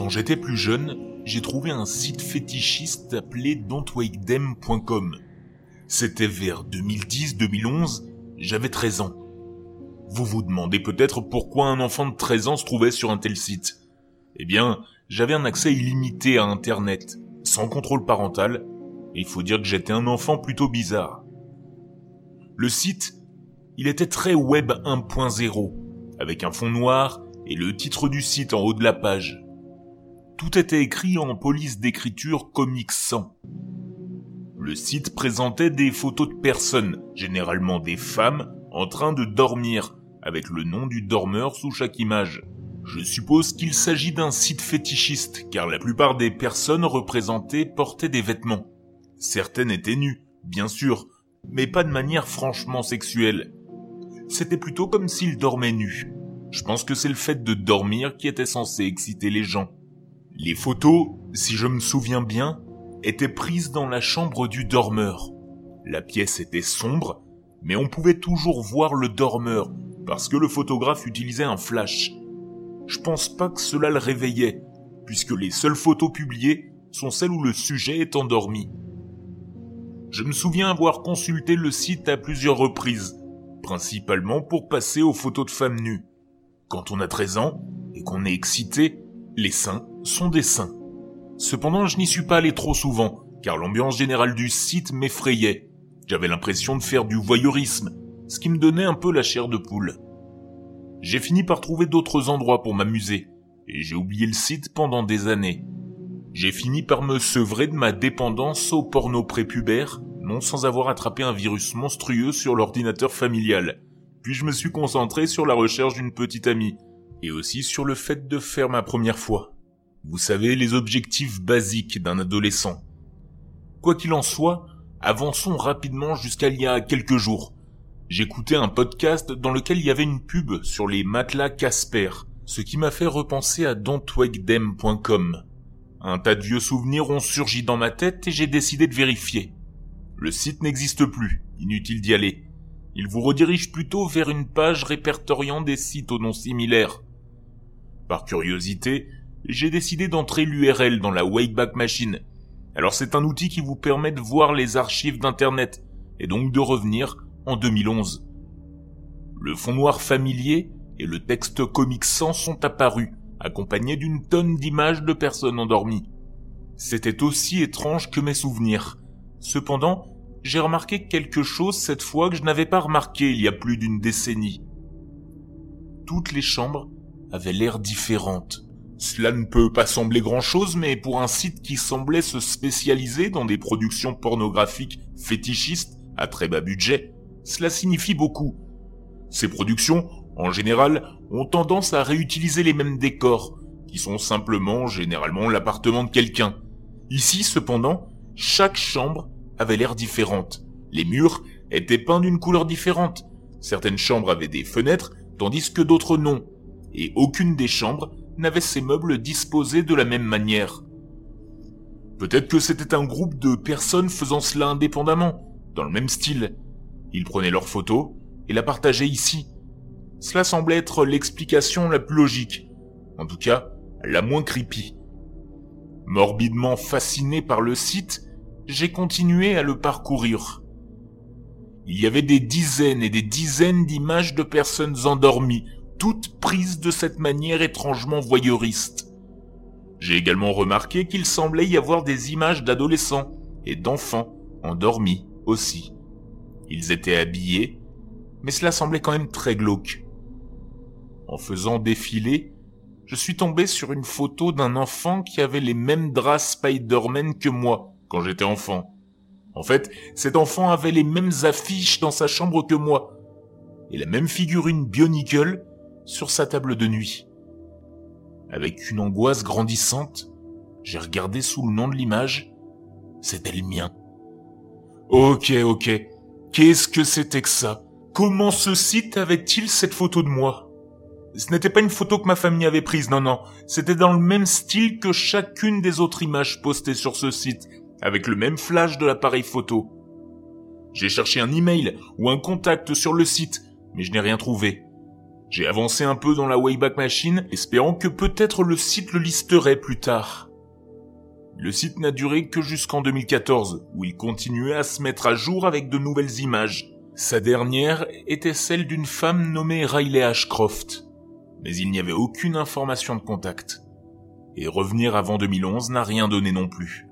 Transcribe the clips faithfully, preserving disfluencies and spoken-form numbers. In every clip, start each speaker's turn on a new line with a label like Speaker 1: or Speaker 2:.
Speaker 1: Quand j'étais plus jeune, j'ai trouvé un site fétichiste appelé don't wake them point com. C'était vers deux mille dix deux mille onze, j'avais treize ans. Vous vous demandez peut-être pourquoi un enfant de treize ans se trouvait sur un tel site. Eh bien, j'avais un accès illimité à Internet, sans contrôle parental, et il faut dire que j'étais un enfant plutôt bizarre. Le site, il était très web un point zéro, avec un fond noir et le titre du site en haut de la page. Tout était écrit en police d'écriture Comic Sans. Le site présentait des photos de personnes, généralement des femmes, en train de dormir, avec le nom du dormeur sous chaque image. Je suppose qu'il s'agit d'un site fétichiste, car la plupart des personnes représentées portaient des vêtements. Certaines étaient nues, bien sûr, mais pas de manière franchement sexuelle. C'était plutôt comme s'ils dormaient nus. Je pense que c'est le fait de dormir qui était censé exciter les gens. Les photos, si je me souviens bien, étaient prises dans la chambre du dormeur. La pièce était sombre, mais on pouvait toujours voir le dormeur, parce que le photographe utilisait un flash. Je pense pas que cela le réveillait, puisque les seules photos publiées sont celles où le sujet est endormi. Je me souviens avoir consulté le site à plusieurs reprises, principalement pour passer aux photos de femmes nues. Quand on a treize ans, et qu'on est excité, les seins sont des seins. Cependant, je n'y suis pas allé trop souvent, car l'ambiance générale du site m'effrayait. J'avais l'impression de faire du voyeurisme, ce qui me donnait un peu la chair de poule. J'ai fini par trouver d'autres endroits pour m'amuser, et j'ai oublié le site pendant des années. J'ai fini par me sevrer de ma dépendance au porno prépubère, non sans avoir attrapé un virus monstrueux sur l'ordinateur familial. Puis je me suis concentré sur la recherche d'une petite amie, et aussi sur le fait de faire ma première fois. Vous savez, les objectifs basiques d'un adolescent. Quoi qu'il en soit, avançons rapidement jusqu'à il y a quelques jours. J'écoutais un podcast dans lequel il y avait une pub sur les matelas Casper, ce qui m'a fait repenser à don't wake them point com. Un tas de vieux souvenirs ont surgi dans ma tête et j'ai décidé de vérifier. Le site n'existe plus, inutile d'y aller. Il vous redirige plutôt vers une page répertoriant des sites aux noms similaires. Par curiosité, j'ai décidé d'entrer l'U R L dans la Wayback Machine. Alors c'est un outil qui vous permet de voir les archives d'Internet, et donc de revenir en deux mille onze. Le fond noir familier et le texte Comic Sans sont apparus, accompagnés d'une tonne d'images de personnes endormies. C'était aussi étrange que mes souvenirs. Cependant, j'ai remarqué quelque chose cette fois que je n'avais pas remarqué il y a plus d'une décennie. Toutes les chambres avaient l'air différentes. Cela ne peut pas sembler grand-chose, mais pour un site qui semblait se spécialiser dans des productions pornographiques fétichistes à très bas budget, cela signifie beaucoup. Ces productions, en général, ont tendance à réutiliser les mêmes décors, qui sont simplement, généralement, l'appartement de quelqu'un. Ici, cependant, chaque chambre avait l'air différente. Les murs étaient peints d'une couleur différente. Certaines chambres avaient des fenêtres, tandis que d'autres non. Et aucune des chambres n'avait ses meubles disposés de la même manière. Peut-être que c'était un groupe de personnes faisant cela indépendamment, dans le même style. Ils prenaient leurs photos et la partageaient ici. Cela semblait être l'explication la plus logique, en tout cas la moins creepy. Morbidement fasciné par le site, j'ai continué à le parcourir. Il y avait des dizaines et des dizaines d'images de personnes endormies, toutes prises de cette manière étrangement voyeuriste. J'ai également remarqué qu'il semblait y avoir des images d'adolescents et d'enfants endormis aussi. Ils étaient habillés, mais cela semblait quand même très glauque. En faisant défiler, je suis tombé sur une photo d'un enfant qui avait les mêmes draps Spider-Man que moi quand j'étais enfant. En fait, cet enfant avait les mêmes affiches dans sa chambre que moi, et la même figurine Bionicle sur sa table de nuit. Avec une angoisse grandissante, j'ai regardé sous le nom de l'image. C'était le mien. Ok, ok. Qu'est-ce que c'était que ça? Comment ce site avait-il cette photo de moi? Ce n'était pas une photo que ma famille avait prise, non, non. C'était dans le même style que chacune des autres images postées sur ce site, avec le même flash de l'appareil photo. J'ai cherché un email ou un contact sur le site, mais je n'ai rien trouvé. J'ai avancé un peu dans la Wayback Machine, espérant que peut-être le site le listerait plus tard. Le site n'a duré que jusqu'en deux mille quatorze, où il continuait à se mettre à jour avec de nouvelles images. Sa dernière était celle d'une femme nommée Riley Ashcroft, mais il n'y avait aucune information de contact. Et revenir avant deux mille onze n'a rien donné non plus.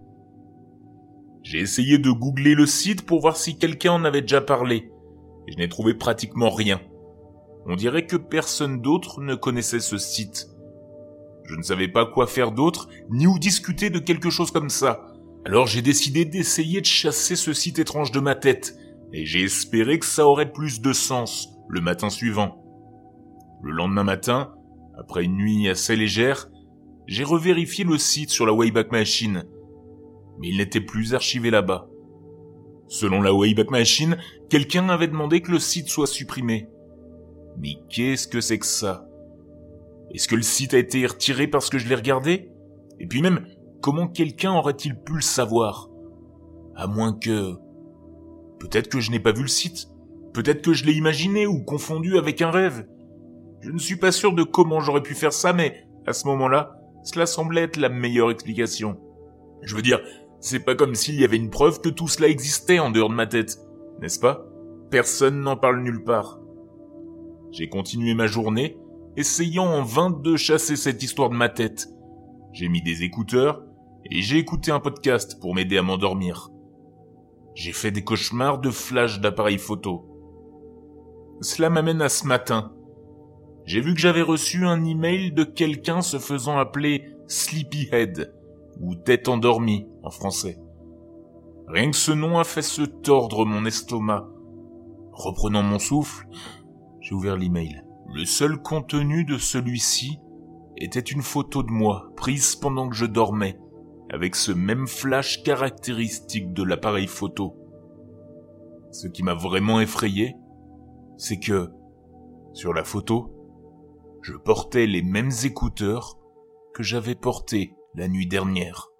Speaker 1: J'ai essayé de googler le site pour voir si quelqu'un en avait déjà parlé, et je n'ai trouvé pratiquement rien. On dirait que personne d'autre ne connaissait ce site. Je ne savais pas quoi faire d'autre, ni où discuter de quelque chose comme ça. Alors j'ai décidé d'essayer de chasser ce site étrange de ma tête, et j'ai espéré que ça aurait plus de sens le matin suivant. Le lendemain matin, après une nuit assez légère, j'ai revérifié le site sur la Wayback Machine, mais il n'était plus archivé là-bas. Selon la Wayback Machine, quelqu'un avait demandé que le site soit supprimé. Mais qu'est-ce que c'est que ça ? Est-ce que le site a été retiré parce que je l'ai regardé ? Et puis même, comment quelqu'un aurait-il pu le savoir ? À moins que... Peut-être que je n'ai pas vu le site. Peut-être que je l'ai imaginé ou confondu avec un rêve. Je ne suis pas sûr de comment j'aurais pu faire ça, mais à ce moment-là, cela semblait être la meilleure explication. Je veux dire, c'est pas comme s'il y avait une preuve que tout cela existait en dehors de ma tête, n'est-ce pas ? Personne n'en parle nulle part. J'ai continué ma journée, essayant en vain de chasser cette histoire de ma tête. J'ai mis des écouteurs et j'ai écouté un podcast pour m'aider à m'endormir. J'ai fait des cauchemars de flash d'appareils photo. Cela m'amène à ce matin. J'ai vu que j'avais reçu un email de quelqu'un se faisant appeler Sleepyhead, ou tête endormie en français. Rien que ce nom a fait se tordre mon estomac. Reprenant mon souffle, j'ai ouvert l'email. Le seul contenu de celui-ci était une photo de moi, prise pendant que je dormais, avec ce même flash caractéristique de l'appareil photo. Ce qui m'a vraiment effrayé, c'est que, sur la photo, je portais les mêmes écouteurs que j'avais portés la nuit dernière.